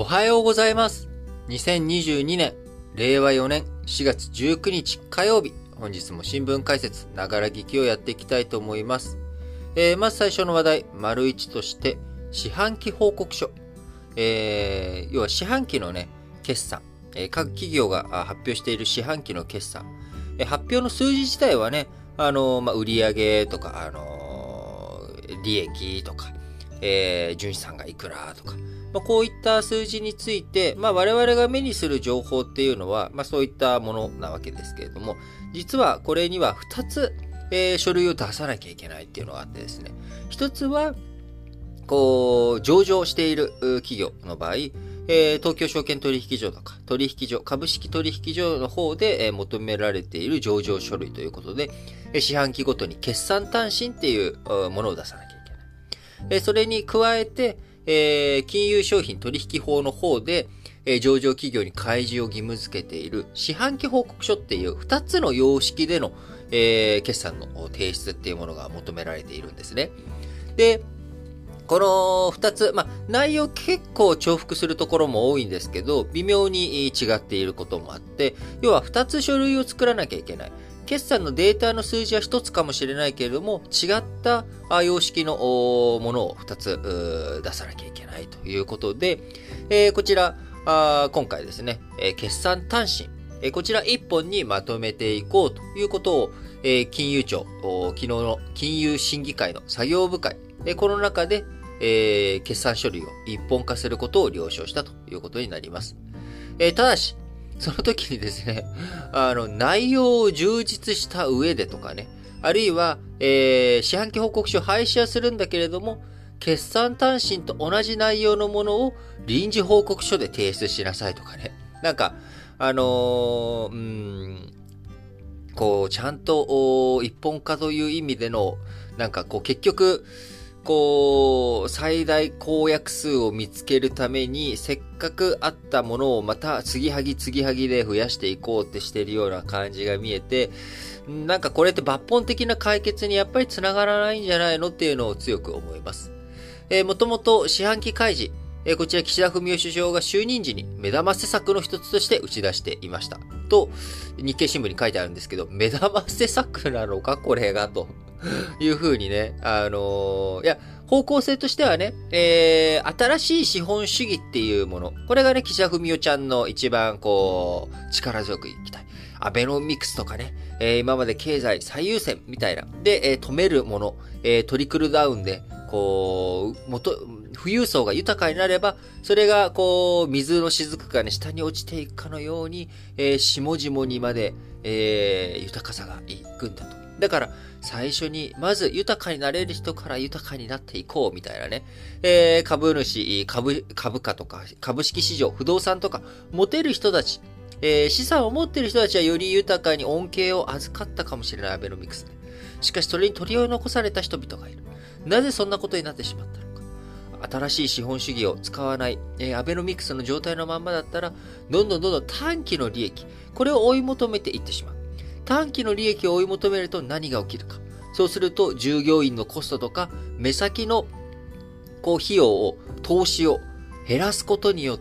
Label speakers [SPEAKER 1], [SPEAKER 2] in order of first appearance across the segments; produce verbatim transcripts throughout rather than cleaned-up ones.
[SPEAKER 1] おはようございます。にせんにじゅうにねん、れいわよねんしがつじゅうくにち火曜日、本日も新聞解説、ながら聞きをやっていきたいと思います。えー、まず最初の話題、丸一として、四半期報告書。えー、要は四半期のね、決算。えー、各企業が発表している四半期の決算。えー、発表の数字自体はね、あのー、まあ、売上とか、あのー、利益とか、えー、純資産がいくらとか、まあ、こういった数字について、まあ、我々が目にする情報っていうのは、まあ、そういったものなわけですけれども、実はこれにはふたつ、えー、書類を出さなきゃいけないっていうのがあってですね。一つは、こう、上場している企業の場合、えー、東京証券取引所とか、取引所、株式取引所の方で、えー、求められている上場書類ということで、えー、四半期ごとに決算単身っていうものを出さなきゃいけない。えー、それに加えて、えー、金融商品取引法の方で、えー、上場企業に開示を義務付けている四半期報告書っていうふたつの様式での、えー、決算の提出っていうものが求められているんですね。で、このふたつ、まあ、内容結構重複するところも多いんですけど、微妙に違っていることもあって、要はふたつ書類を作らなきゃいけない。決算のデータの数字はひとつかもしれないけれども、違った様式のものをふたつ出さなきゃいけないということで、えー、こちら、今回ですね、決算単身、こちらいっぽんにまとめていこうということを、金融庁、昨日の金融審議会の作業部会、この中で、決算書類を一本化することを了承したということになります。ただし、その時にですね、あの、内容を充実した上でとかね、あるいは、えー、四半期報告書を廃止はするんだけれども、決算単身と同じ内容のものを臨時報告書で提出しなさいとかね。なんか、あのー、うーん、こう、ちゃんと一本化という意味での、なんかこう、結局、こう、最大公約数を見つけるために、せっかくあったものをまた継ぎはぎ継ぎはぎで増やしていこうってしてるような感じが見えて、なんかこれって抜本的な解決にやっぱりつながらないんじゃないのっていうのを強く思います。えー、もともと四半期開示、えー、こちら岸田文雄首相が就任時に目玉施策の一つとして打ち出していました。と、日経新聞に書いてあるんですけど、目玉施策なのかこれがと。いう風にね、あのー、いや、方向性としてはね、えー、新しい資本主義っていうもの。これがね、岸田文雄ちゃんの一番こう、力強くいきたい。アベノミクスとかね、えー、今まで経済最優先みたいな。で、えー、止めるもの、えー、トリクルダウンで、こう、元、富裕層が豊かになれば、それがこう、水の雫がね、下に落ちていくかのように、えー、下々にまで、えー、豊かさがいくんだと。だから、最初に、まず豊かになれる人から豊かになっていこうみたいなね。えー、株主、株、株価とか、株式市場、不動産とか、持てる人たち、えー、資産を持っている人たちはより豊かに恩恵を預かったかもしれないアベノミクスで。しかしそれに取り残された人々がいる。なぜそんなことになってしまったのか。新しい資本主義を使わない、えー、アベノミクスの状態のまんまだったら、どんどんどんどん短期の利益、これを追い求めていってしまう。短期の利益を追い求めると何が起きるか。そうすると従業員のコストとか目先のこう費用を投資を減らすことによって、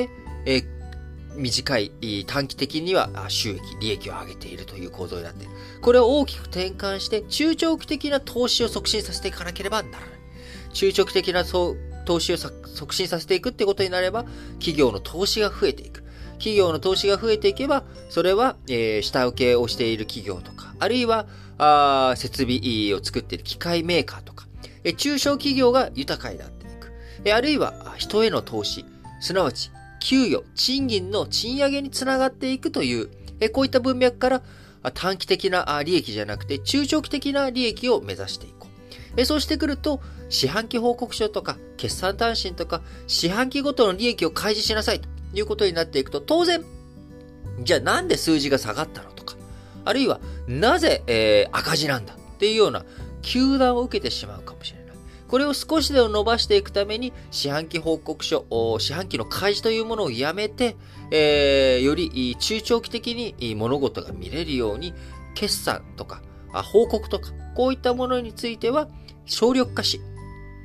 [SPEAKER 1] えー、短い短期的には収益、利益を上げているという構造になっている。これを大きく転換して中長期的な投資を促進させていかなければならない。中長期的な投資を促進させていくってことになれば企業の投資が増えていく。企業の投資が増えていけば、それは、えー、下請けをしている企業とか、あるいは、あ設備を作っている機械メーカーとか、えー、中小企業が豊かになっていく。えー、あるいは、人への投資、すなわち、給与、賃金の賃上げにつながっていくという、えー、こういった文脈から、短期的な利益じゃなくて、中長期的な利益を目指していこう。えー、そうしてくると、四半期報告書とか、決算単身とか、四半期ごとの利益を開示しなさいと。いうことになっていくと、当然、じゃあなんで数字が下がったのとか、あるいはなぜ、えー、赤字なんだっていうような糾弾を受けてしまうかもしれない。これを少しでも伸ばしていくために、四半期報告書、四半期の開示というものをやめて、えー、より中長期的に物事が見れるように、決算とか、報告とか、こういったものについては省力化し、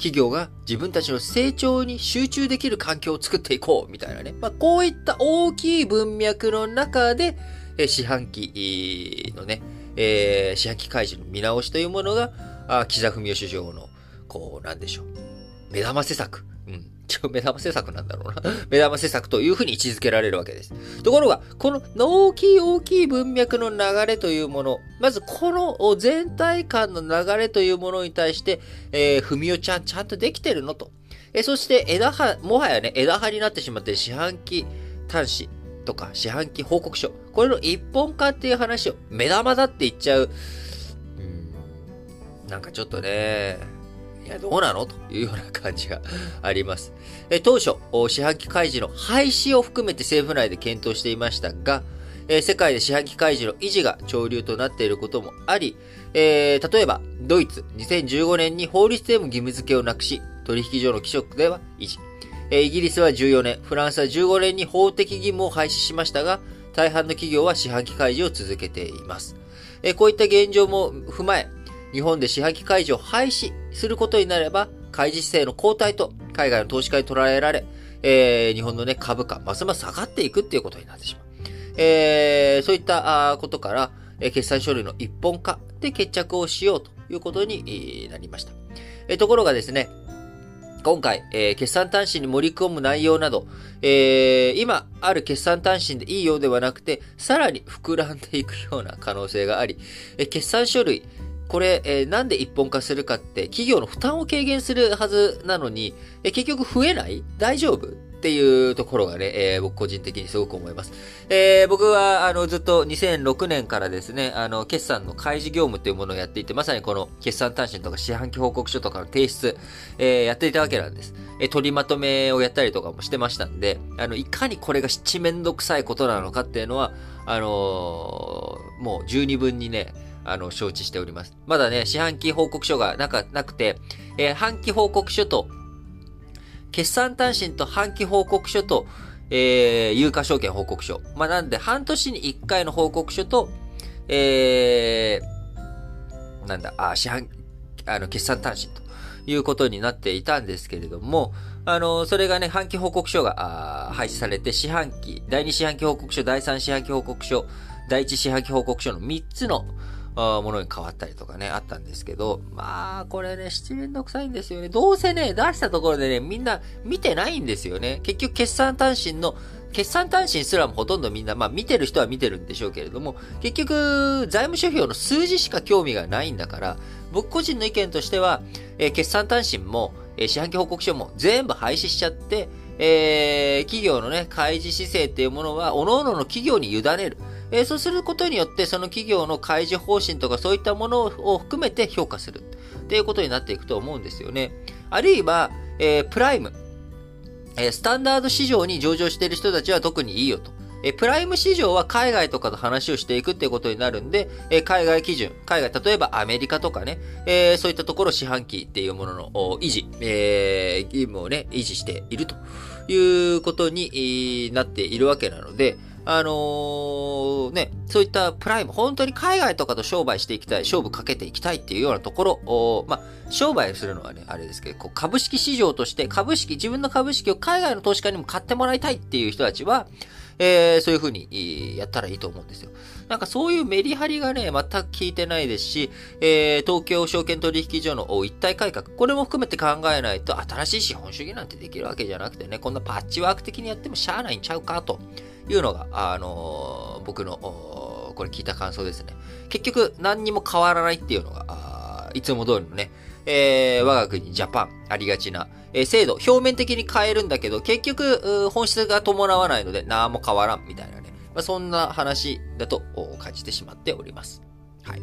[SPEAKER 1] 企業が自分たちの成長に集中できる環境を作っていこうみたいなね。まあ、こういった大きい文脈の中で、えー、四半期のね、えー、四半期開示の見直しというものが、あ岸田文雄首相の、こう、なんでしょう。目玉施策。うん。一応目玉施策なんだろうな。目玉施策というふうに位置づけられるわけです。ところが、この大きい大きい文脈の流れというもの、まずこの全体感の流れというものに対して、えー、文雄ちゃんちゃんとできてるのと。えー、そして枝葉、もはやね、枝葉になってしまって四半期端子とか四半期報告書。これの一本化っていう話を目玉だって言っちゃう。うーん、なんかちょっとね、いや、どうなのというような感じがあります。え当初、四半期開示の廃止を含めて政府内で検討していましたが、え世界で四半期開示の維持が潮流となっていることもあり、えー、例えば、ドイツ、にせんじゅうごねんに法律でも義務付けをなくし、取引所の規則では維持。えー、イギリスはじゅうよねん、フランスはじゅうごねんに法的義務を廃止しましたが、大半の企業は四半期開示を続けています。えー、こういった現状も踏まえ、日本で四半期開示を廃止することになれば、開示姿勢の後退と海外の投資家に捉えられ、えー、日本のね、株価、ますます下がっていくっていうことになってしまう。えー、そういったことから、えー、決算書類の一本化で決着をしようということになりました。えー、ところがですね、今回、えー、決算短信に盛り込む内容など、えー、今ある決算短信でいいようではなくて、さらに膨らんでいくような可能性があり、えー、決算書類、これ、えー、なんで一本化するかって、企業の負担を軽減するはずなのに、えー、結局増えない？大丈夫？っていうところがね、えー、僕個人的にすごく思います。えー、僕は、あの、ずっとにせんろくねんからですね、あの、決算の開示業務というものをやっていて、まさにこの決算短信とか四半期報告書とかの提出、えー、やっていたわけなんです。えー、取りまとめをやったりとかもしてましたんで、あの、いかにこれが七面倒くさいことなのかっていうのは、あのー、もう十二分にね、あの、承知しております。まだね、四半期報告書がなか、なくて、えー、半期報告書と、決算短信と半期報告書と、えー、有価証券報告書。まあ、なんで、半年にいっかいの報告書と、えー、なんだ、あ、四半、あの、決算短信ということになっていたんですけれども、あの、それがね、半期報告書が、廃止されて、四半期、第二四半期報告書、第三四半期報告書、第一四半期報告書のみっつの、ものに変わったりとかね、あったんですけど、まあ、これね、七面倒くさいんですよね。どうせね、出したところでね、みんな見てないんですよね。結局、決算短信の、決算短信すらもほとんどみんな、まあ見てる人は見てるんでしょうけれども、結局、財務諸表の数字しか興味がないんだから、僕個人の意見としては、えー、決算短信も、えー、四半期報告書も全部廃止しちゃって、えー、企業のね、開示姿勢っていうものは、各々の企業に委ねる。えー、そうすることによって、その企業の開示方針とかそういったものを含めて評価する。っていうことになっていくと思うんですよね。あるいは、えー、プライム。えー、スタンダード市場に上場している人たちは特にいいよと。えー、プライム市場は海外とかと話をしていくっていうことになるんで、えー、海外基準、海外、例えばアメリカとかね、えー、そういったところ四半期っていうものの維持、えー、義務をね、維持しているということになっているわけなので、あのー、ね、そういったプライム、本当に海外とかと商売していきたい、勝負かけていきたいっていうようなところ、まあ、商売するのはね、あれですけど、こう株式市場として株式、自分の株式を海外の投資家にも買ってもらいたいっていう人たちは、えー、そういう風にやったらいいと思うんですよ。なんかそういうメリハリがね、全く効いてないですし、えー、東京証券取引所の一体改革、これも含めて考えないと、新しい資本主義なんてできるわけじゃなくてね、こんなパッチワーク的にやってもしゃあないんちゃうかというのが、あのー、僕の、これ聞いた感想ですね。結局、何にも変わらないっていうのが、いつも通りのね、えー、我が国ジャパンありがちな、えー、制度、表面的に変えるんだけど、結局、本質が伴わないので、何も変わらんみたいなね。まあ、そんな話だと感じてしまっております。はい。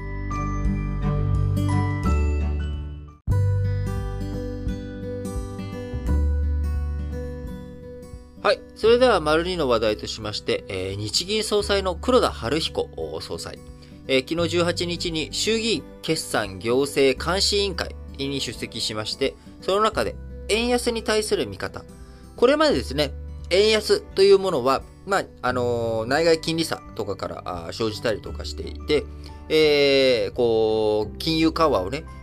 [SPEAKER 1] はい。それでは、丸にの話題としまして、えー、日銀総裁の黒田晴彦総裁。えー、昨日じゅうはちにちに衆議院決算行政監視委員会に出席しまして、その中で円安に対する見方。これまでですね、円安というものは、まあ、あのー、内外金利差とかから生じたりとかしていて、えー、こう、金融緩和をね、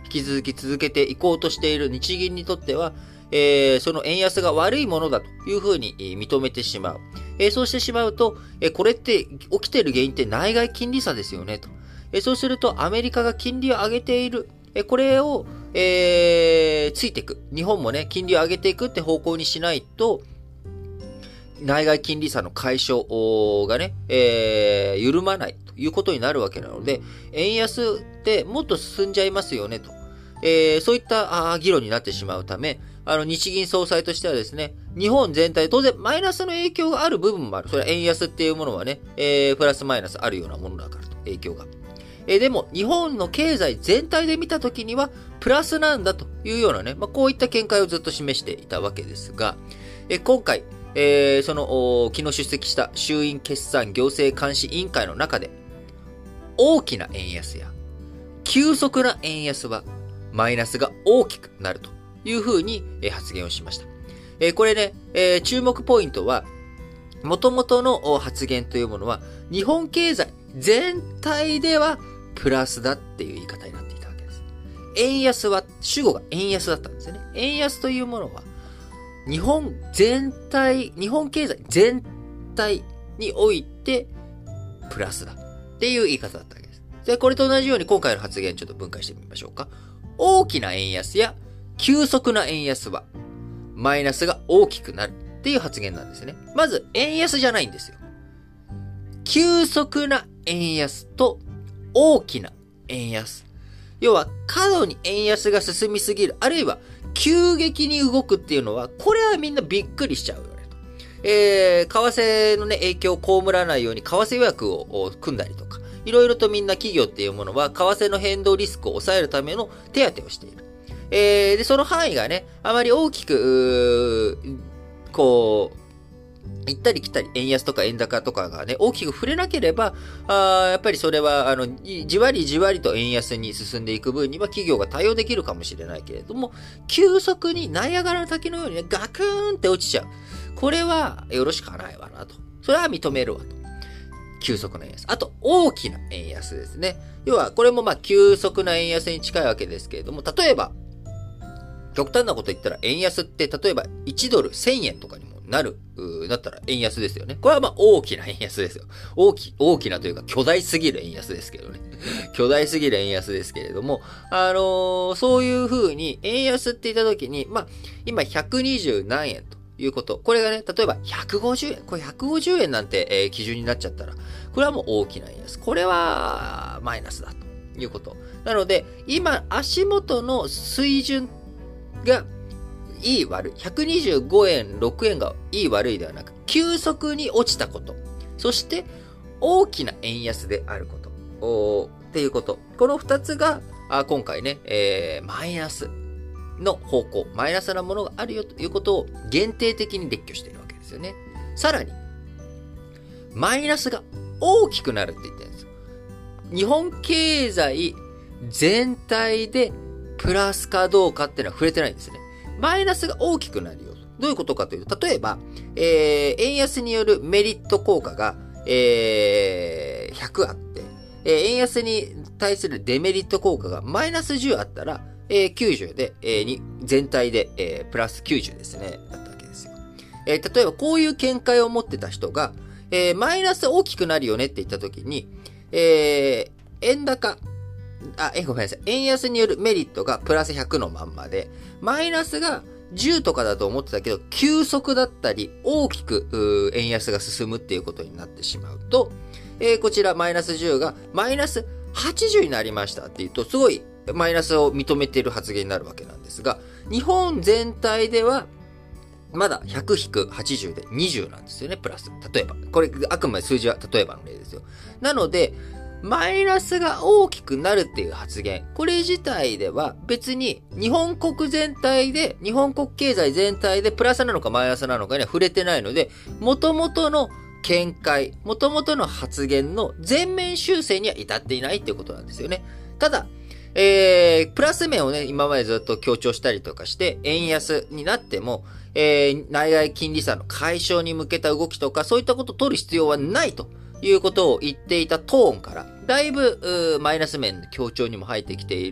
[SPEAKER 1] 引き続き続けていこうとしている日銀にとっては、えー、その円安が悪いものだというふうに認めてしまう。えー、そうしてしまうと、えー、これって起きている原因って内外金利差ですよねと。えー、そうするとアメリカが金利を上げている。えー、これを、えー、ついていく。日本もね、金利を上げていくって方向にしないと、内外金利差の解消がね、えー、緩まないということになるわけなので、円安ってもっと進んじゃいますよねと。えー、そういったあ議論になってしまうため、あの、日銀総裁としてはですね、日本全体、当然マイナスの影響がある部分もある。それは円安っていうものはね、えー、プラスマイナスあるようなものだからと、影響が。えー、でも、日本の経済全体で見たときには、プラスなんだというようなね、まあ、こういった見解をずっと示していたわけですが、えー、今回、えー、その、昨日出席した衆院決算行政監視委員会の中で、大きな円安や、急速な円安は、マイナスが大きくなるというふうに発言をしました。えー、これね、えー、注目ポイントは、元々の発言というものは、日本経済全体ではプラスだっていう言い方になっていたわけです。円安は、主語が円安だったんですよね。円安というものは、日本全体、日本経済全体においてプラスだっていう言い方だったわけです。で、これと同じように今回の発言ちょっと分解してみましょうか。大きな円安や急速な円安はマイナスが大きくなるっていう発言なんですね。まず円安じゃないんですよ。急速な円安と大きな円安。要は過度に円安が進みすぎる、あるいは急激に動くっていうのは、これはみんなびっくりしちゃうよねと。えー、為替のね、影響を被らないように為替予約を組んだりとか、いろいろとみんな企業っていうものは、為替の変動リスクを抑えるための手当をしている。えー、で、その範囲がね、あまり大きく、こう、行ったり来たり、円安とか円高とかがね、大きく触れなければ、あやっぱりそれは、あの、じわりじわりと円安に進んでいく分には企業が対応できるかもしれないけれども、急速にナイアガラの滝のようにね、ガクーンって落ちちゃう。これはよろしくはないわなと。それは認めるわと。急速な円安。あと、大きな円安ですね。要は、これもまあ、急速な円安に近いわけですけれども、例えば、極端なこと言ったら、円安って、例えば、いちドルせんえんとかにもなる、なったら円安ですよね。これはまあ、大きな円安ですよ。大き、大きなというか、巨大すぎる円安ですけどね。巨大すぎる円安ですけれども、あのー、そういう風に、円安って言った時に、まあ、今、ひゃくにじゅうなんえんと。いうこと。これがね、例えばひゃくごじゅうえん。これひゃくごじゅうえんなんて、えー、基準になっちゃったら、これはもう大きな円安。これは、マイナスだということ。なので、今、足元の水準がいい悪い。ひゃくにじゅうごえん、ろくえんがいい悪いではなく、急速に落ちたこと。そして、大きな円安であること。おっていうこと。この二つが、あ今回ね、えー、マイナス。の方向、マイナスなものがあるよということを限定的に列挙しているわけですよね。さらに、マイナスが大きくなるって言ってるんですよ。日本経済全体でプラスかどうかっていうのは触れてないんですね。マイナスが大きくなるよ。どういうことかというと、例えば、えー、円安によるメリット効果が、えー、ひゃくあって、えー、円安に対するデメリット効果がマイナスじゅうあったら、えー、きゅうじゅうで、えー、に全体で、えー、プラスきゅうじゅうですね、だったわけですよ。えー、例えばこういう見解を持ってた人が、えー、マイナス大きくなるよねって言ったときに、えー、円高、あ、え、ごめんなさい。円安によるメリットがプラスひゃくのまんまで、マイナスがじゅうとかだと思ってたけど、急速だったり、大きく、円安が進むっていうことになってしまうと、えー、こちらマイナスじゅうがマイナスはちじゅうになりましたっていうと、すごいマイナスを認めている発言になるわけなんですが、日本全体では、まだひゃく引くはちじゅうでにじゅうなんですよね、プラス。例えば。これ、あくまで数字は例えばの例ですよ。なので、マイナスが大きくなるっていう発言。これ自体では別に日本国全体で、日本国経済全体でプラスなのかマイナスなのかには触れてないので、元々の見解、元々の発言の全面修正には至っていないっていうことなんですよね。ただ、えー、プラス面をね、今までずっと強調したりとかして、円安になっても、えー、内外金利差の解消に向けた動きとか、そういったことを取る必要はないということを言っていたトーンから、だいぶ、マイナス面の強調にも入ってきていると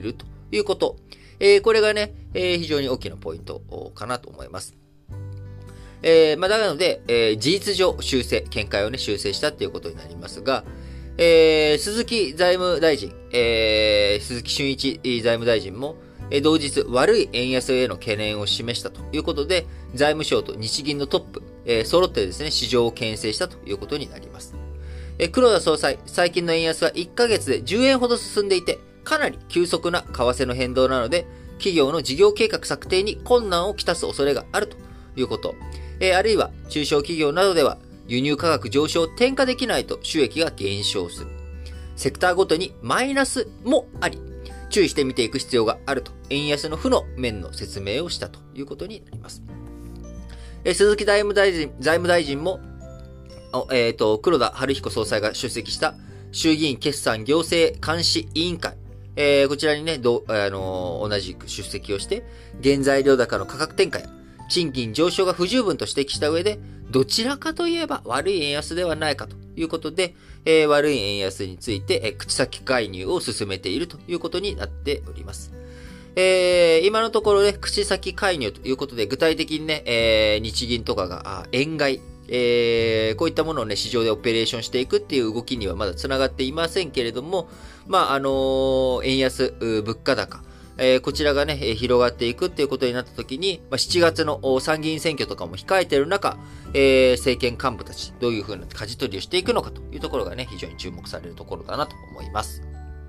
[SPEAKER 1] いうこと。えー、これがね、えー、非常に大きなポイントかなと思います。えー、まあ、なので、えー、事実上修正、見解をね、修正したっていうことになりますが、えー、鈴木財務大臣、えー、鈴木俊一財務大臣も、えー、同日悪い円安への懸念を示したということで、財務省と日銀のトップ、えー、揃ってですね、市場を牽制したということになります。えー、黒田総裁、最近の円安はいっかげつでじゅうえんほど進んでいて、かなり急速な為替の変動なので、企業の事業計画策定に困難をきたす恐れがあるということ。えー、あるいは中小企業などでは輸入価格上昇を転嫁できないと収益が減少する。セクターごとにマイナスもあり、注意して見ていく必要があると、円安の負の面の説明をしたということになります。えー、鈴木財務大臣、財務大臣も、えっと、黒田晴彦総裁が出席した衆議院決算行政監視委員会、えー、こちらにね、どあのー、同じく出席をして、原材料高の価格転嫁や賃金上昇が不十分と指摘した上で、どちらかといえば悪い円安ではないかということで、えー、悪い円安について、えー、口先介入を進めているということになっております。えー、今のところね、口先介入ということで、具体的にね、えー、日銀とかが、あ円買い、えー、こういったものをね、市場でオペレーションしていくっていう動きにはまだ繋がっていませんけれども、まあ、あのー、円安、物価高、えー、こちらがね、えー、広がっていくっていうことになったときに、まあ、しちがつの参議院選挙とかも控えている中、えー、政権幹部たち、どういうふうな舵取りをしていくのかというところがね、非常に注目されるところだなと思います。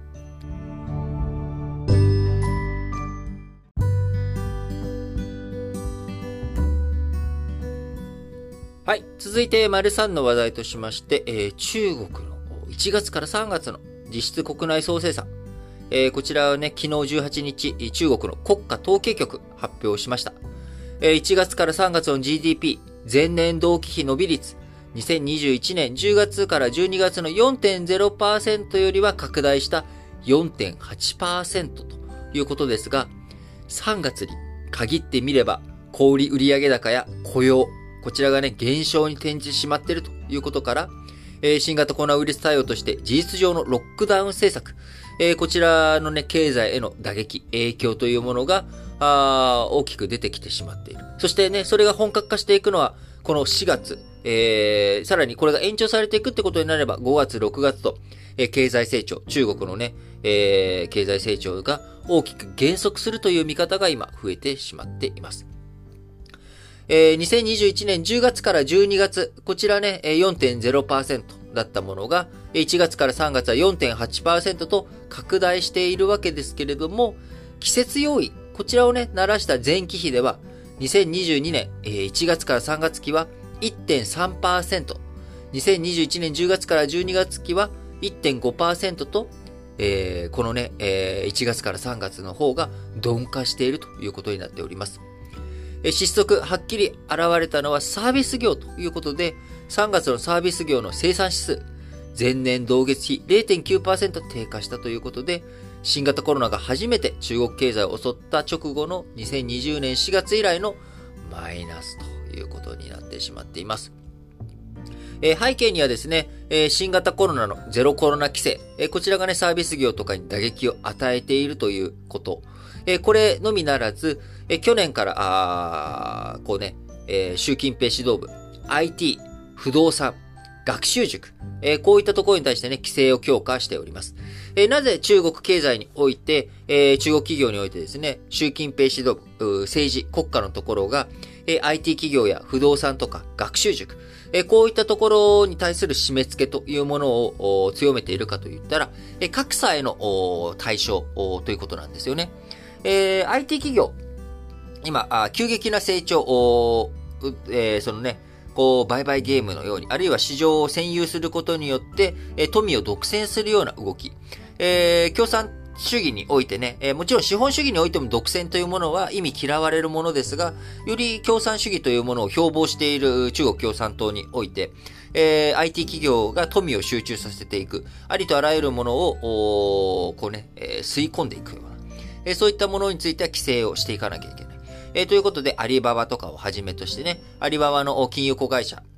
[SPEAKER 1] はい。続いて、丸さんの話題としまして、えー、中国のいちがつからさんがつの実質国内総生産、えー、こちらはね、昨日じゅうはちにち、中国の国家統計局発表しました。えー、いちがつからさんがつの ジーディーピー、前年同期比伸び率、にせんにじゅういちねんじゅうがつからじゅうにがつの よんてんゼロパーセント よりは拡大した よんてんはちパーセント ということですが、さんがつに限ってみれば、小売売上高や雇用、こちらがね、減少に転じてしまっているということから、えー、新型コロナウイルス対応として事実上のロックダウン政策、えー、こちらのね、経済への打撃、影響というものが、あ大きく出てきてしまっている。そしてね、それが本格化していくのは、このしがつ、えー、さらにこれが延長されていくってことになれば、ごがつ、ろくがつと、えー、経済成長、中国のね、えー、経済成長が大きく減速するという見方が今増えてしまっています。えー、にせんにじゅういちねんじゅうがつからじゅうにがつ、こちらね、よんてんゼロパーセント だったものが、いちがつからさんがつは よんてんはちパーセント と拡大しているわけですけれども、季節要因、こちらをね、鳴らした前期比では、にせんにじゅうにねんいちがつからさんがつ期は いってんさんパーセント、にせんにじゅういちねんじゅうがつからじゅうにがつ期は いってんごパーセント と、えー、このね、えー、いちがつからさんがつの方が鈍化しているということになっております。失速、はっきり現れたのはサービス業ということで、さんがつのサービス業の生産指数、前年同月比 れいてんきゅうパーセント 低下したということで、新型コロナが初めて中国経済を襲った直後のにせんにじゅうねんしがつ以来のマイナスということになってしまっています。えー、背景にはですね、えー、新型コロナのゼロコロナ規制、えー、こちらがね、サービス業とかに打撃を与えているということ。えー、これのみならず、えー、去年から、あこうね、えー、習近平指導部、アイティー、不動産、学習塾、えー、こういったところに対してね、規制を強化しております。えー、なぜ中国経済において、えー、中国企業においてですね、習近平指導部、政治、国家のところが、えー、アイティー 企業や不動産とか学習塾、えー、こういったところに対する締め付けというものを強めているかといったら、えー、格差への対象ということなんですよね。えー、アイティー 企業、今、急激な成長、えー、そのね、こう、売買ゲームのように、あるいは市場を占有することによって、えー、富を独占するような動き。えー、共産主義においてね、えー、もちろん資本主義においても独占というものは意味嫌われるものですが、より共産主義というものを標榜している中国共産党において、えー、アイティー 企業が富を集中させていく、ありとあらゆるものを、こうね、えー、吸い込んでいくような、えー、そういったものについては規制をしていかなきゃいけない。えー、ということで、アリババとかをはじめとしてね、アリババの金融子会社、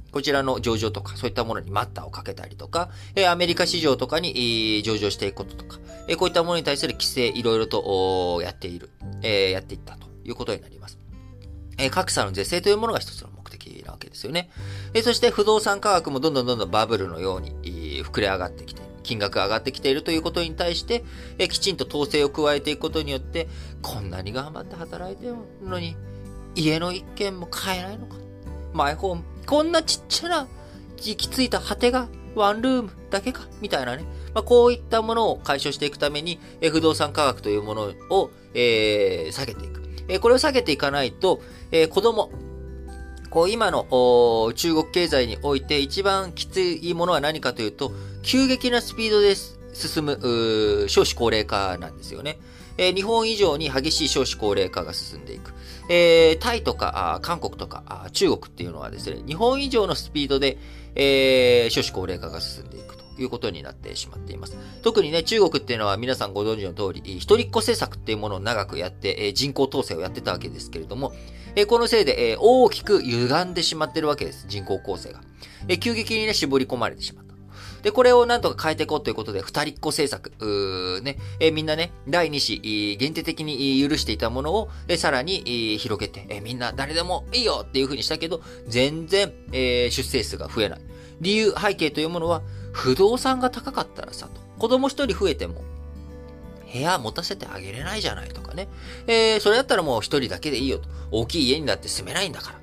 [SPEAKER 1] こちらの上場とか、そういったものに待ったをかけたりとか、えー、アメリカ市場とかに、えー、上場していくこととか、えー、こういったものに対する規制、いろいろとやっている、えー、やっていったということになります。えー、格差の是正というものが一つの目的なわけですよね。えー、そして不動産価格もどんどんどんどんバブルのように、えー、膨れ上がってきている。金額が上がってきているということに対して、えー、きちんと統制を加えていくことによって、こんなに頑張って働いてるのに、家の一軒も買えないのか。マイホーム、こんなちっちゃな行き着いた果てがワンルームだけかみたいなね。まあ、こういったものを解消していくために、えー、不動産価格というものを、えー、下げていく。えー、これを下げていかないと、えー、子供、こう今の中国経済において一番きついものは何かというと、急激なスピードで進む少子高齢化なんですよね。えー、日本以上に激しい少子高齢化が進んでいく。えー、タイとか韓国とか中国っていうのはですね、日本以上のスピードで、えー、少子高齢化が進んでいくということになってしまっています。特にね、中国っていうのは皆さんご存知の通り、一人っ子政策っていうものを長くやって、えー、人口統制をやってたわけですけれども、えー、このせいで、えー、大きく歪んでしまってるわけです。人口構成が。えー、急激にね、絞り込まれてしまった。で、これをなんとか変えていこうということで、二人っ子政策、うーね、えー、みんなね、第二子、限定的に許していたものを、えー、さらに、えー、広げて、えー、みんな誰でもいいよっていう風にしたけど、全然、えー、出生数が増えない。理由、背景というものは、不動産が高かったらさ、と。子供一人増えても、部屋持たせてあげれないじゃないとかね。えー、それだったらもう一人だけでいいよと。大きい家になって住めないんだから。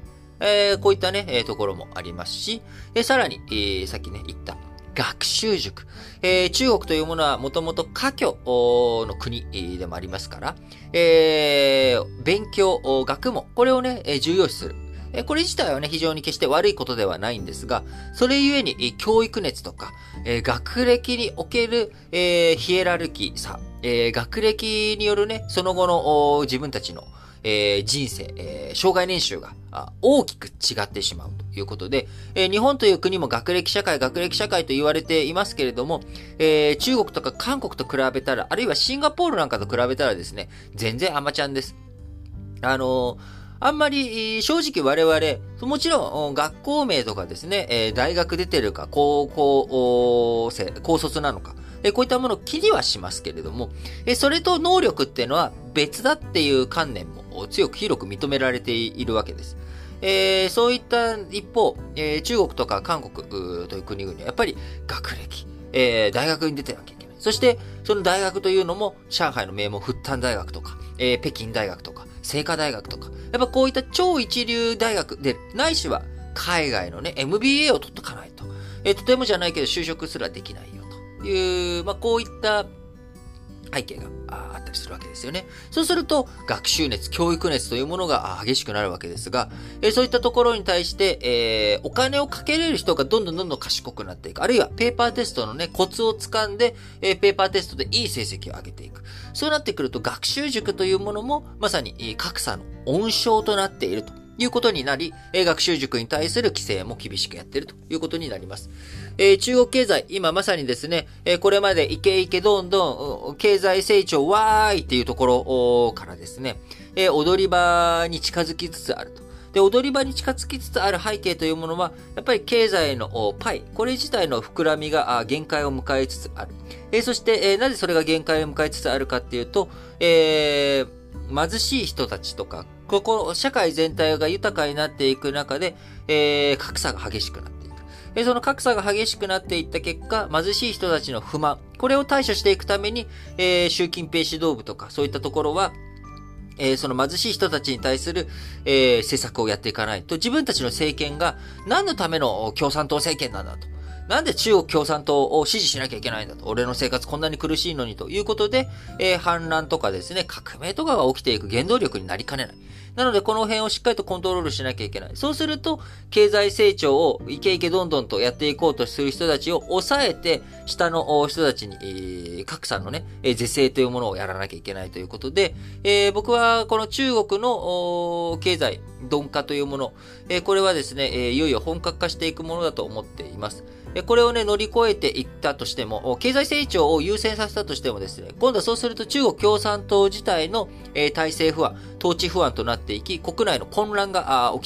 [SPEAKER 1] えー、こういったね、えー、ところもありますし、えー、さらに、えー、さっきね、言った、学習塾。えー、中国というものはもともと華僑の国でもありますから、えー、勉強、学問、これをね、重要視する。これ自体はね、非常に決して悪いことではないんですが、それゆえに教育熱とか、学歴におけるヒエラルキーさ、学歴によるね、その後の自分たちのえー、人生、えー、障害年収が大きく違ってしまうということで、えー、日本という国も学歴社会、学歴社会と言われていますけれども、えー、中国とか韓国と比べたら、あるいはシンガポールなんかと比べたらですね、全然アマちゃんです。あのー、あんまり正直我々、もちろん学校名とかですね、えー、大学出てるか、高校生、高卒なのか、えこういったものを気にはしますけれども、えそれと能力っていうのは別だっていう観念も強く広く認められているわけです。えー、そういった一方、えー、中国とか韓国という国々はやっぱり学歴、えー、大学に出てなきゃいけない。そして、その大学というのも上海の名門復旦大学とか、えー、北京大学とか、清華大学とか、やっぱこういった超一流大学で、ないしは海外のね、エムビーエー を取っとかないと、えー、とてもじゃないけど就職すらできないよという、まあ、こういった背景があったりするわけですよね。そうすると、学習熱、教育熱というものが激しくなるわけですが、えー、そういったところに対して、えー、お金をかけれる人がどんどんどんどん賢くなっていく。あるいは、ペーパーテストのね、コツをつかんで、えー、ペーパーテストでいい成績を上げていく。そうなってくると、学習塾というものも、まさに、えー、格差の温床となっているということになり、えー、学習塾に対する規制も厳しくやっているということになります。えー、中国経済、今まさにですね、えー、これまでイケイケどんどん、経済成長わーいっていうところからですね、えー、踊り場に近づきつつあると。で、踊り場に近づきつつある背景というものは、やっぱり経済のパイ、これ自体の膨らみが限界を迎えつつある。えー、そして、えー、なぜそれが限界を迎えつつあるかっていうと、えー、貧しい人たちとか、ここ、社会全体が豊かになっていく中で、えー、格差が激しくなっていく。えー、その格差が激しくなっていった結果、貧しい人たちの不満、これを対処していくために、えー、習近平指導部とか、そういったところは、えー、その貧しい人たちに対する、えー、政策をやっていかないと、自分たちの政権が何のための共産党政権なんだと。なんで中国共産党を支持しなきゃいけないんだと。俺の生活こんなに苦しいのにということで、えー、反乱とかですね、革命とかが起きていく原動力になりかねない。なので、この辺をしっかりとコントロールしなきゃいけない。そうすると、経済成長をイケイケどんどんとやっていこうとする人たちを抑えて、下の人たちに、えー、格差のね、えー、是正というものをやらなきゃいけないということで、えー、僕はこの中国の経済、鈍化というもの、えー、これはですね、えー、いよいよ本格化していくものだと思っています。これをね、乗り越えていったとしても、経済成長を優先させたとしてもですね、今度はそうすると中国共産党自体の、えー、体制不安、統治不安となっていき、国内の混乱が起きていく。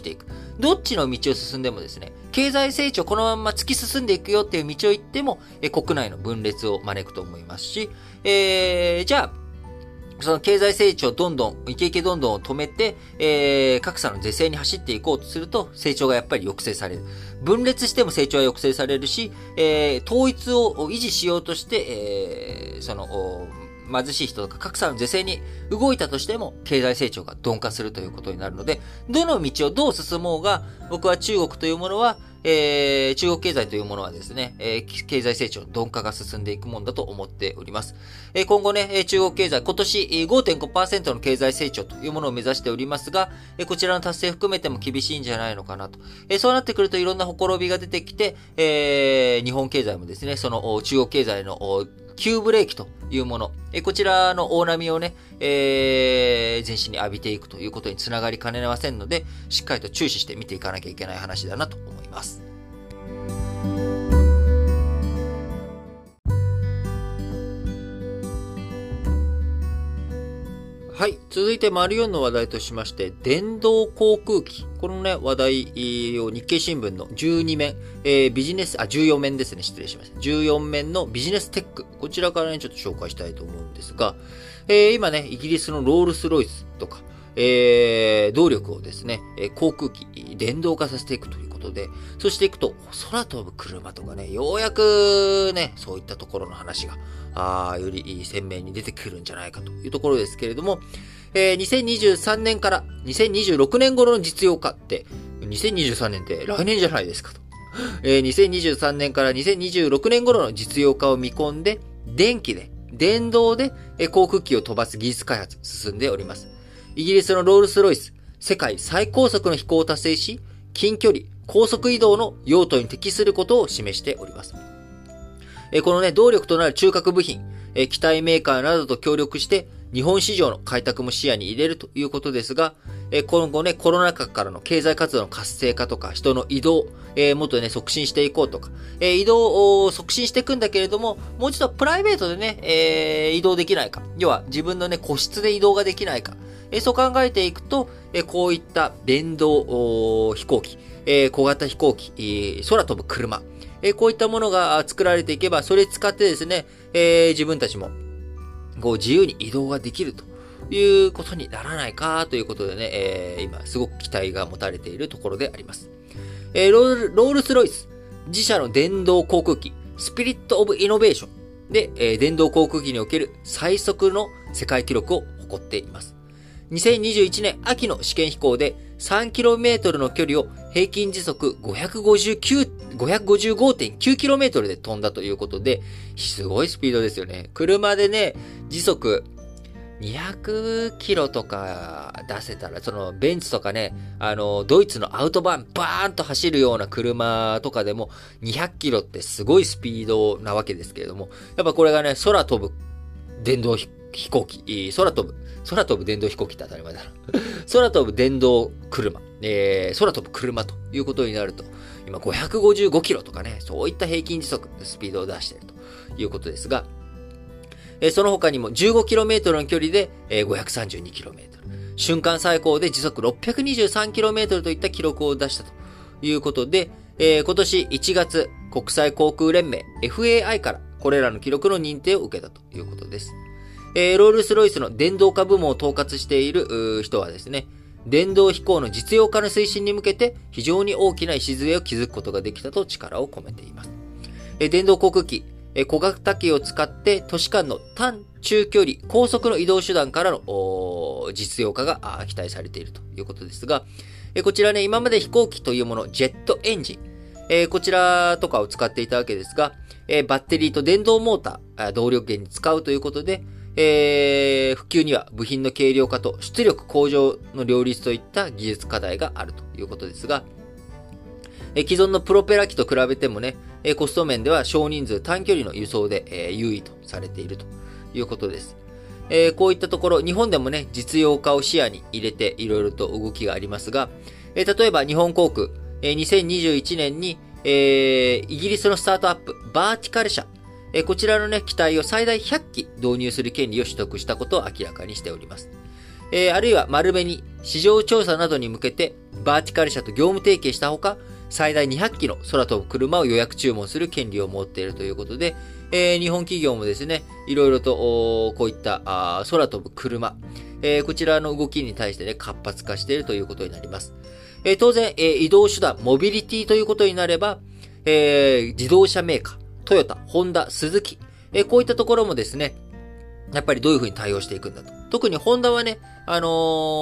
[SPEAKER 1] どっちの道を進んでもですね、経済成長このまま突き進んでいくよっていう道を行っても、え国内の分裂を招くと思いますし、えー、じゃあ、その経済成長どんどん、イケイケどんどんを止めて、えー、格差の是正に走っていこうとすると、成長がやっぱり抑制される。分裂しても成長は抑制されるし、えー、統一を維持しようとして、えー、その、貧しい人とか格差の是正に動いたとしても、経済成長が鈍化するということになるので、どの道をどう進もうが、僕は中国というものは、えー、中国経済というものはですね、えー、経済成長の鈍化が進んでいくもんだと思っております。えー、今後ね、中国経済、今年 ごてんごパーセント の経済成長というものを目指しておりますが、えー、こちらの達成含めても厳しいんじゃないのかなと。えー、そうなってくるといろんなほころびが出てきて、えー、日本経済もですね、その中国経済の急ブレーキというもの、えー、こちらの大波をね、えー、全身に浴びていくということにつながりかねませんので、しっかりと注視して見ていかなきゃいけない話だなと思います。はい。続いて、丸よんの話題としまして、電動航空機。このね、話題を日経新聞のじゅうにめん、えー、ビジネス、あ、じゅうよんめんですね。失礼しました。じゅうよんめんのビジネステック。こちらからね、ちょっと紹介したいと思うんですが、えー、今ね、イギリスのロールスロイスとか、えー、動力をですね、航空機、電動化させていくということで、そしていくと、空飛ぶ車とかね、ようやくね、そういったところの話が、あより鮮明に出てくるんじゃないかというところですけれども、えー、にせんにじゅうさんねんからにせんにじゅうろくねん頃の実用化って、にせんにじゅうさんねんって来年じゃないですかと。えー、にせんにじゅうさんねんからにせんにじゅうろくねん頃の実用化を見込んで、電気で、電動で航空機を飛ばす技術開発進んでおります。イギリスのロールスロイス、世界最高速の飛行を達成し、近距離、高速移動の用途に適することを示しております。このね、動力となる中核部品、機体メーカーなどと協力して、日本市場の開拓も視野に入れるということですが、今後ね、コロナ禍からの経済活動の活性化とか、人の移動、もっとね、促進していこうとか、移動を促進していくんだけれども、もうちょっとプライベートでね、移動できないか。要は、自分のね、個室で移動ができないか。そう考えていくと、こういった電動飛行機、小型飛行機、空飛ぶ車、こういったものが作られていけば、それ使ってですね、自分たちもこう自由に移動ができるということにならないかということでね、今すごく期待が持たれているところであります。ロールスロイス、自社の電動航空機、スピリットオブイノベーションで、電動航空機における最速の世界記録を誇っています。にせんにじゅういちねん秋の試験飛行で さんキロメートル の距離を平均時速 ごひゃくごじゅうごてんきゅうキロメートル で飛んだということで、すごいスピードですよね。車でね、時速にひゃくキロとか出せたら、そのベンツとかね、あの、ドイツのアウトバーン、バーンと走るような車とかでもにひゃくキロってすごいスピードなわけですけれども、やっぱこれがね、空飛ぶ電動飛行機、空飛ぶ、空飛ぶ電動飛行機って当たり前だな。空飛ぶ電動車、えー、空飛ぶ車ということになると、今ごひゃくごじゅうごキロとかね、そういった平均時速のスピードを出しているということですが、えー、その他にも じゅうごキロメートル の距離で、えー、ごひゃくさんじゅうにキロメートル、瞬間最高で時速 ろっぴゃくにじゅうさんキロメートル といった記録を出したということで、えー、今年いちがつ国際航空連盟 エフエーアイ からこれらの記録の認定を受けたということです。えー、ロールスロイスの電動化部門を統括している人はですね、電動飛行の実用化の推進に向けて非常に大きな礎を築くことができたと力を込めています。えー、電動航空機、えー、小型機を使って都市間の短中距離高速の移動手段からの実用化が期待されているということですが、えー、こちらね、今まで飛行機というもの、ジェットエンジン、えー、こちらとかを使っていたわけですが、えー、バッテリーと電動モーター、動力源に使うということで、えー、普及には部品の軽量化と出力向上の両立といった技術課題があるということですが、えー、既存のプロペラ機と比べてもね、えー、コスト面では少人数短距離の輸送で、えー、優位とされているということです。えー、こういったところ、日本でもね、実用化を視野に入れていろいろと動きがありますが、えー、例えば日本航空、えー、にせんにじゅういちねんに、えー、イギリスのスタートアップ、バーティカル社、えー、こちらのね、機体を最大ひゃっき導入する権利を取得したことを明らかにしております。 えー、あるいは丸紅、市場調査などに向けて、バーティカル社と業務提携したほか、最大にひゃっきの空飛ぶ車を予約注文する権利を持っているということで、えー、日本企業もですね、いろいろとこういったあ空飛ぶ車、えー、こちらの動きに対してね、活発化しているということになります。えー、当然、えー、移動手段、モビリティということになれば、えー、自動車メーカー、トヨタ、ホンダ、スズキ、えー、こういったところもですね、やっぱりどういうふうに対応していくんだと。特にホンダはね、あのー、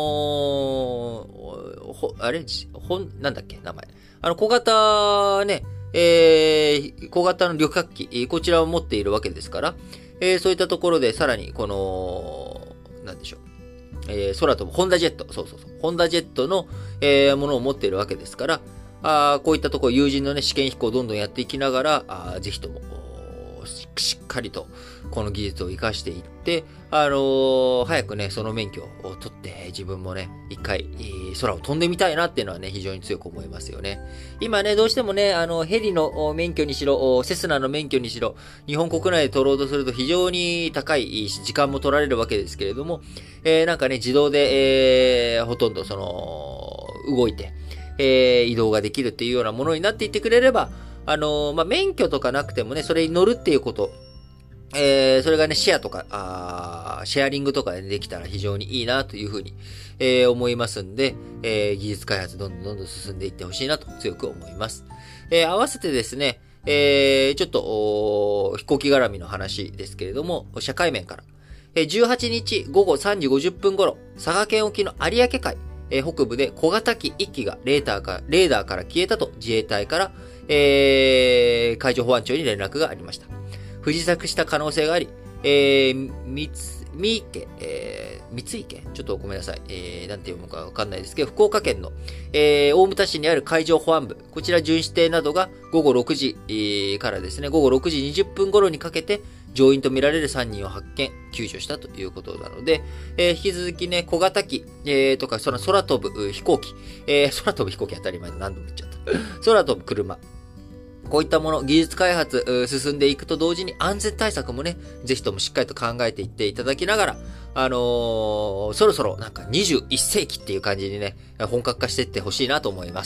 [SPEAKER 1] ほ、あれほん、なんだっけ名前。あの、小型ね、えー、小型の旅客機、こちらを持っているわけですから、えー、そういったところでさらに、この、なんでしょう。えー、空飛ぶホンダジェット、そうそうそう。ホンダジェットの、えー、ものを持っているわけですから、あこういったところ、友人のね、試験飛行をどんどんやっていきながら、あぜひとも、しっかりと、この技術を活かしていって、あのー、早くね、その免許を取って、自分もね、一回、空を飛んでみたいなっていうのはね、非常に強く思いますよね。今ね、どうしてもね、あの、ヘリの免許にしろ、セスナの免許にしろ、日本国内で取ろうとすると非常に高い時間も取られるわけですけれども、えー、なんかね、自動で、えー、ほとんどその、動いて、えー、移動ができるっていうようなものになっていってくれれば、あのー、まあ、免許とかなくてもね、それに乗るっていうこと、えー、それがね、シェアとか、あシェアリングとかでできたら非常にいいなというふうに、えー、思いますんで、えー、技術開発どんどんどんどん進んでいってほしいなと強く思います。えー、合わせてですね、えー、ちょっと、飛行機絡みの話ですけれども、社会面から、えー、じゅうはちにちごごさんじごじゅっぷん頃、佐賀県沖の有明海、えー、北部で小型機いっきがレーダーから、レーダーから消えたと自衛隊から、えー、海上保安庁に連絡がありました。不時着した可能性があり、えー、みつ、み池、えー、みつ池ちょっとごめんなさい。えー、なんて読むかわかんないですけど、福岡県の、えー、大牟田市にある海上保安部、こちら巡視艇などが午後ろくじ、えー、からですね、午後ろくじにじゅっぷん頃にかけて、乗員とみられるさんにんを発見、救助したということなので、えー、引き続きね、小型機、えー、とか、その空飛ぶ飛行機、えー、空飛ぶ飛行機当たり前で何度も言っちゃった。空飛ぶ車。こういったもの、技術開発進んでいくと同時に安全対策もね、ぜひともしっかりと考えていっていただきながら、あのー、そろそろなんかにじゅういっせいきっていう感じにね、本格化していってほしいなと思います。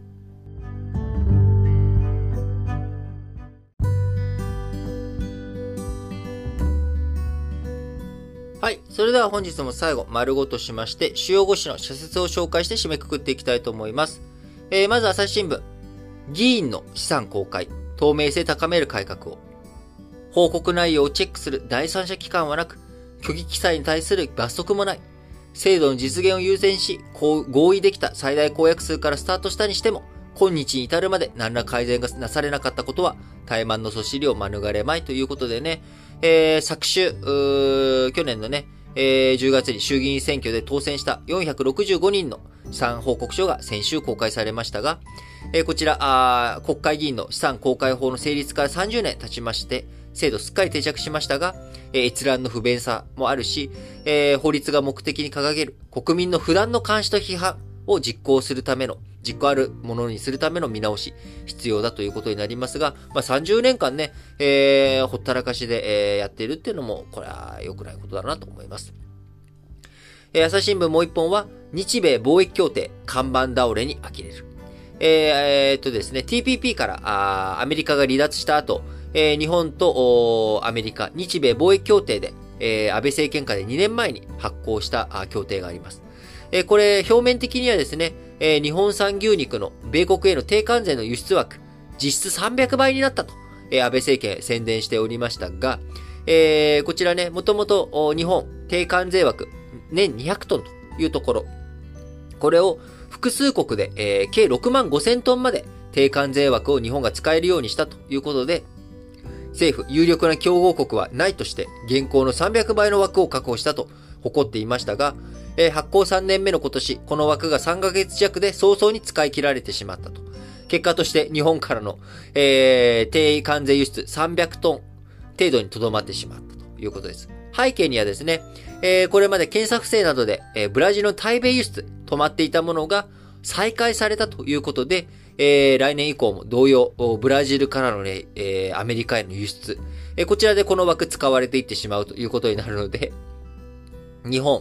[SPEAKER 1] はい。それでは本日も最後、丸ごとしまして、主要ご紙の社説を紹介して締めくくっていきたいと思います。えー、まず朝日新聞。議員の資産公開、透明性高める改革を。報告内容をチェックする第三者機関はなく、虚偽記載に対する罰則もない。制度の実現を優先し、合意できた最大公約数からスタートしたにしても、今日に至るまで何ら改善がなされなかったことは、怠慢のそしりを免れまいということでね、えー、昨週、去年のね、えー、じゅうがつに衆議院選挙で当選したよんひゃくろくじゅうごにんの資産報告書が先週公開されましたが、えー、こちらあ、国会議員の資産公開法の成立からさんじゅうねん経ちまして、制度すっかり定着しましたが、えー、閲覧の不便さもあるし、えー、法律が目的に掲げる国民の不断の監視と批判を実行するための、実行あるものにするための見直し、必要だということになりますが、まあ、さんじゅうねんかんね、えー、ほったらかしで、えー、やっているっていうのも、これは良くないことだなと思います。えー、朝日新聞もう一本は、日米貿易協定、看板倒れに呆れる。えー、えー、っとですね、ティーピーピー からあアメリカが離脱した後、えー、日本とアメリカ、日米貿易協定で、えー、安倍政権下でにねんまえに発行したあ協定があります。えー、これ、表面的にはですね、えー、日本産牛肉の米国への低関税の輸出枠、実質さんびゃくばいになったと、えー、安倍政権宣伝しておりましたが、えー、こちらね、もともと日本低関税枠、年にひゃくトンというところ、これを複数国で、えー、計ろくまんごせんトンまで低関税枠を日本が使えるようにしたということで、政府有力な競合国はないとして、現行のさんびゃくばいの枠を確保したと誇っていましたが、えー、発行さんねんめの今年、この枠がさんかげつ弱で早々に使い切られてしまったと。結果として日本からの、えー、低関税輸出さんびゃくトン程度にとどまってしまったということです。背景にはですね、えー、これまで検査不正などで、えー、ブラジルの対米輸出止まっていたものが再開されたということで、えー、来年以降も同様、ブラジルからのね、えー、アメリカへの輸出、えー、こちらでこの枠使われていってしまうということになるので、日本、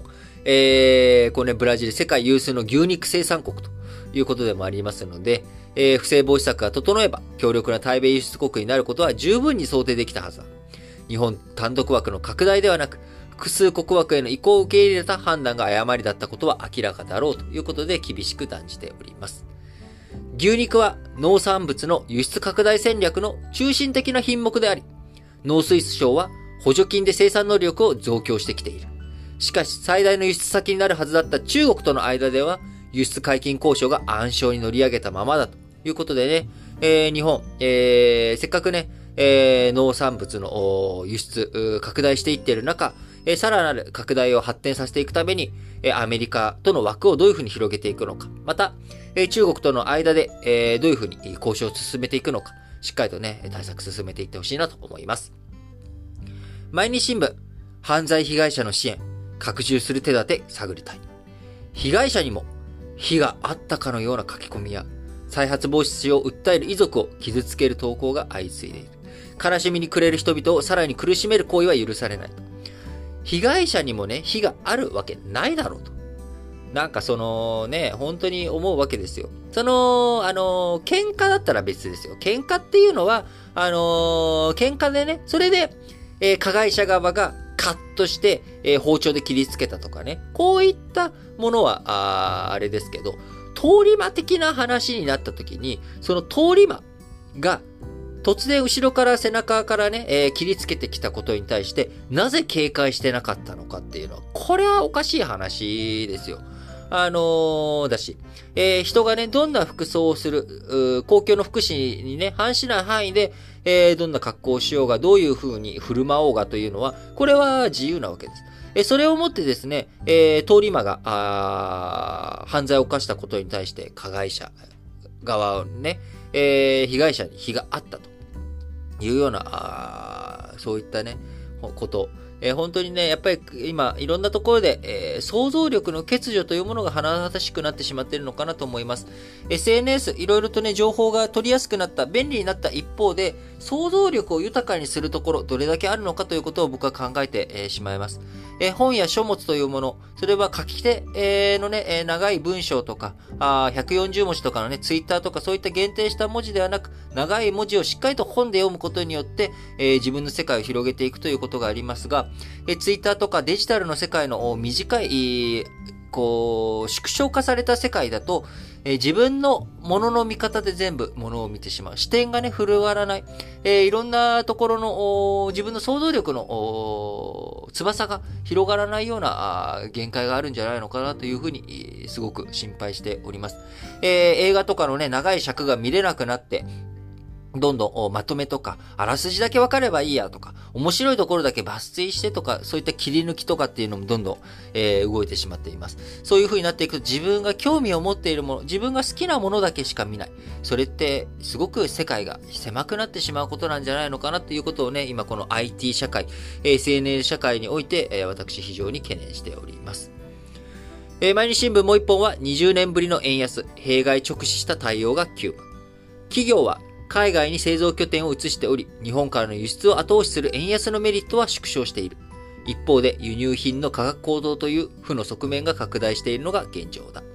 [SPEAKER 1] えー、こうね、ブラジル世界有数の牛肉生産国ということでもありますので、えー、不正防止策が整えば、強力な対米輸出国になることは十分に想定できたはずだ。日本単独枠の拡大ではなく、複数国枠への移行を受け入れた判断が誤りだったことは明らかだろうということで厳しく断じております。牛肉は農産物の輸出拡大戦略の中心的な品目であり、農水省は補助金で生産能力を増強してきている。しかし最大の輸出先になるはずだった中国との間では、輸出解禁交渉が暗礁に乗り上げたままだということでね、えー、日本、えー、せっかくね、えー、農産物の輸出拡大していっている中、えー、さらなる拡大を発展させていくために、えー、アメリカとの枠をどういうふうに広げていくのか、また、えー、中国との間で、えー、どういうふうに交渉を進めていくのか、しっかりとね、対策進めていってほしいなと思います。毎日新聞、犯罪被害者の支援、拡充する手立て探りたい。被害者にも非があったかのような書き込みや、再発防止を訴える遺族を傷つける投稿が相次いでいる。悲しみに暮れる人々をさらに苦しめる行為は許されない。被害者にもね、非があるわけないだろうと。なんかそのね、本当に思うわけですよ。その、あの、喧嘩だったら別ですよ。喧嘩っていうのは、あの、喧嘩でね、それで、えー、加害者側がカッとして、えー、包丁で切りつけたとかね。こういったものは、あ, あれですけど、通り魔的な話になった時に、その通り魔が突然後ろから背中からね、えー、切りつけてきたことに対して、なぜ警戒してなかったのかっていうのは、これはおかしい話ですよ。あのー、だし、えー、人がね、どんな服装をする、公共の福祉にね、反しない範囲で、えー、どんな格好をしようが、どういう風に振る舞おうがというのは、これは自由なわけです。えー、それをもってですね、えー、通り魔が、あ犯罪を犯したことに対して、加害者側をね、えー、被害者に非があったというような、あそういったね、こと。えー、本当にね、やっぱり今、いろんなところで、えー、想像力の欠如というものが甚だしくなってしまっているのかなと思います。エスエヌエス、いろいろとね、情報が取りやすくなった、便利になった一方で、想像力を豊かにするところ、どれだけあるのかということを僕は考えて、えー、しまいます。えー、本や書物というもの、それは書き手、えー、のね、えー、長い文章とか、あひゃくよんじゅうもじとかのね、ツイッターとかそういった限定した文字ではなく、長い文字をしっかりと本で読むことによって、えー、自分の世界を広げていくということがありますが、えー、ツイッターとかデジタルの世界の短い、こう、縮小化された世界だと、えー、自分のものの見方で全部ものを見てしまう。視点がね、振るわらない。えー、いろんなところの、自分の想像力の翼が広がらないような限界があるんじゃないのかなというふうに、すごく心配しております。えー、映画とかのね、長い尺が見れなくなって、どんどんまとめとか、あらすじだけ分かればいいやとか、面白いところだけ抜粋してとか、そういった切り抜きとかっていうのもどんどん、えー、動いてしまっています。そういう風になっていくと自分が興味を持っているもの、自分が好きなものだけしか見ない。それってすごく世界が狭くなってしまうことなんじゃないのかなということをね、今この アイティー 社会、エスエヌエス 社会において、えー、私非常に懸念しております。えー、毎日新聞もう一本はにじゅうねんぶりの円安、弊害直視した対応が急務。企業は海外に製造拠点を移しており、日本からの輸出を後押しする円安のメリットは縮小している。一方で輸入品の価格高騰という負の側面が拡大しているのが現状だ。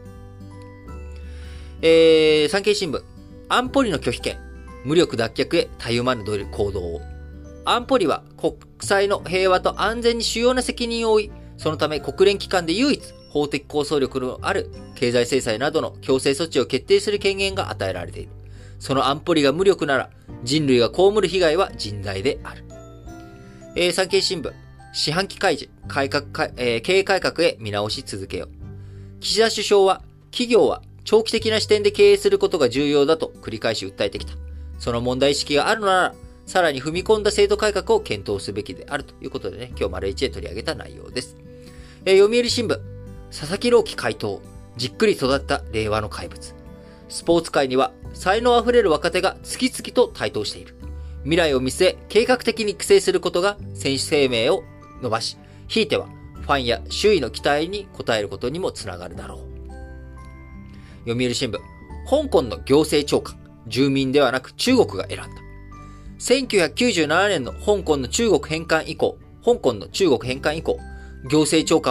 [SPEAKER 1] えー、産経新聞、安保理の拒否権、無力脱却へたゆまぬ行動を。安保理は国際の平和と安全に主要な責任を負い、そのため国連機関で唯一法的拘束力のある経済制裁などの強制措置を決定する権限が与えられている。その安保理が無力なら、人類が被る被害は甚大である。えー、産経新聞、四半期開示、改革、えー、経営改革へ見直し続けよう。岸田首相は、企業は長期的な視点で経営することが重要だと繰り返し訴えてきた。その問題意識があるのなら、さらに踏み込んだ制度改革を検討すべきであるということでね、今日丸一で取り上げた内容です。えー、読売新聞、佐々木朗希回答、じっくり育った令和の怪物。スポーツ界には才能あふれる若手が次々と台頭している。未来を見据え、計画的に育成することが選手生命を伸ばし、ひいてはファンや周囲の期待に応えることにもつながるだろう。読売新聞、香港の行政長官、住民ではなく中国が選んだ。せんきゅうひゃくきゅうじゅうななねんの香港の中国返還以降、香港の中国返還以降、行政長官は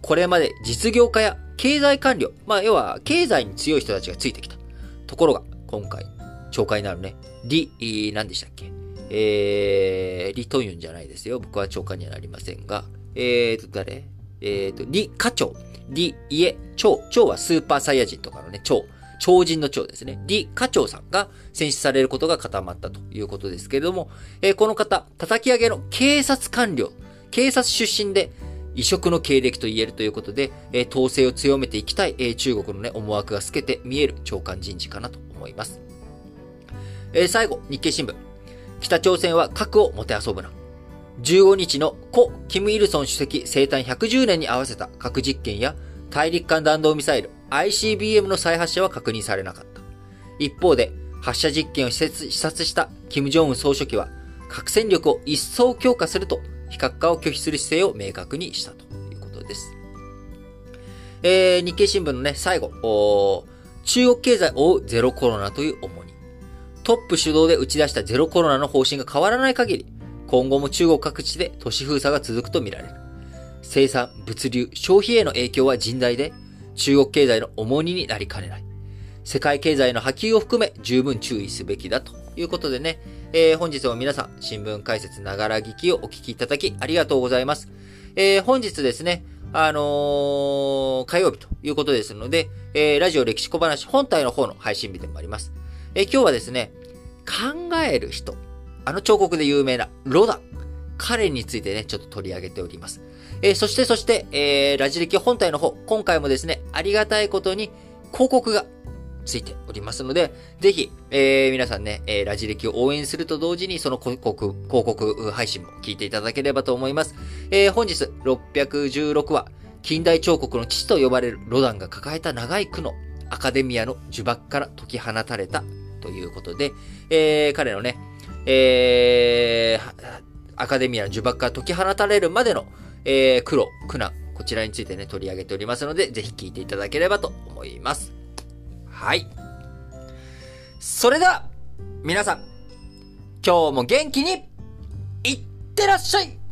[SPEAKER 1] これまで実業家や経済官僚、まあ要は経済に強い人たちがついてきた。ところが、今回、長官になるね、李、何でしたっけえー、李トユンじゃないですよ。僕は長官にはなりませんが、えーと、誰えーと、李家長。李家長。長はスーパーサイヤ人とかのね、長。超人の長ですね。李家長さんが選出されることが固まったということですけれども、えー、この方、叩き上げの警察官僚、警察出身で異色の経歴と言えるということで、えー、統制を強めていきたい、えー、中国のね、思惑が透けて見える長官人事かなと思います。えー、最後、日経新聞。北朝鮮は核をもてあそぶな。じゅうごにちの故・キム・イルソン主席生誕ひゃくじゅうねんに合わせた核実験や大陸間弾道ミサイル アイシービーエム の再発射は確認されなかった。一方で、発射実験を視察した金正恩総書記は、核戦力を一層強化すると、非核化を拒否する姿勢を明確にしたということです。えー、日経新聞のね、最後、中国経済を追うゼロコロナという重荷。トップ主導で打ち出したゼロコロナの方針が変わらない限り、今後も中国各地で都市封鎖が続くとみられる。生産、物流、消費への影響は甚大で、中国経済の重荷になりかねない。世界経済の波及を含め十分注意すべきだということでね、えー、本日も皆さん、新聞解説ながら聞きをお聞きいただきありがとうございます。えー、本日ですね、あのー、火曜日ということですので、えー、ラジオ歴史小話本体の方の配信日でもあります。えー、今日はですね、考える人、あの彫刻で有名なロダン、彼についてね、ちょっと取り上げております。えー、そしてそして、えー、ラジ歴本体の方、今回もですね、ありがたいことに広告がついておりますので、ぜひ、えー、皆さんね、えー、ラジ歴を応援すると同時に、その広告、広告配信も聞いていただければと思います。えー、本日ろっぴゃくじゅうろくわ、近代彫刻の父と呼ばれるロダンが抱えた長い苦悩、アカデミアの呪縛から解き放たれたということで、えー、彼のね、えー、アカデミアの呪縛から解き放たれるまでの、えー、苦労、苦難、こちらについてね、取り上げておりますので、ぜひ聞いていただければと思います。はい。それでは、皆さん、今日も元気に、いってらっしゃい。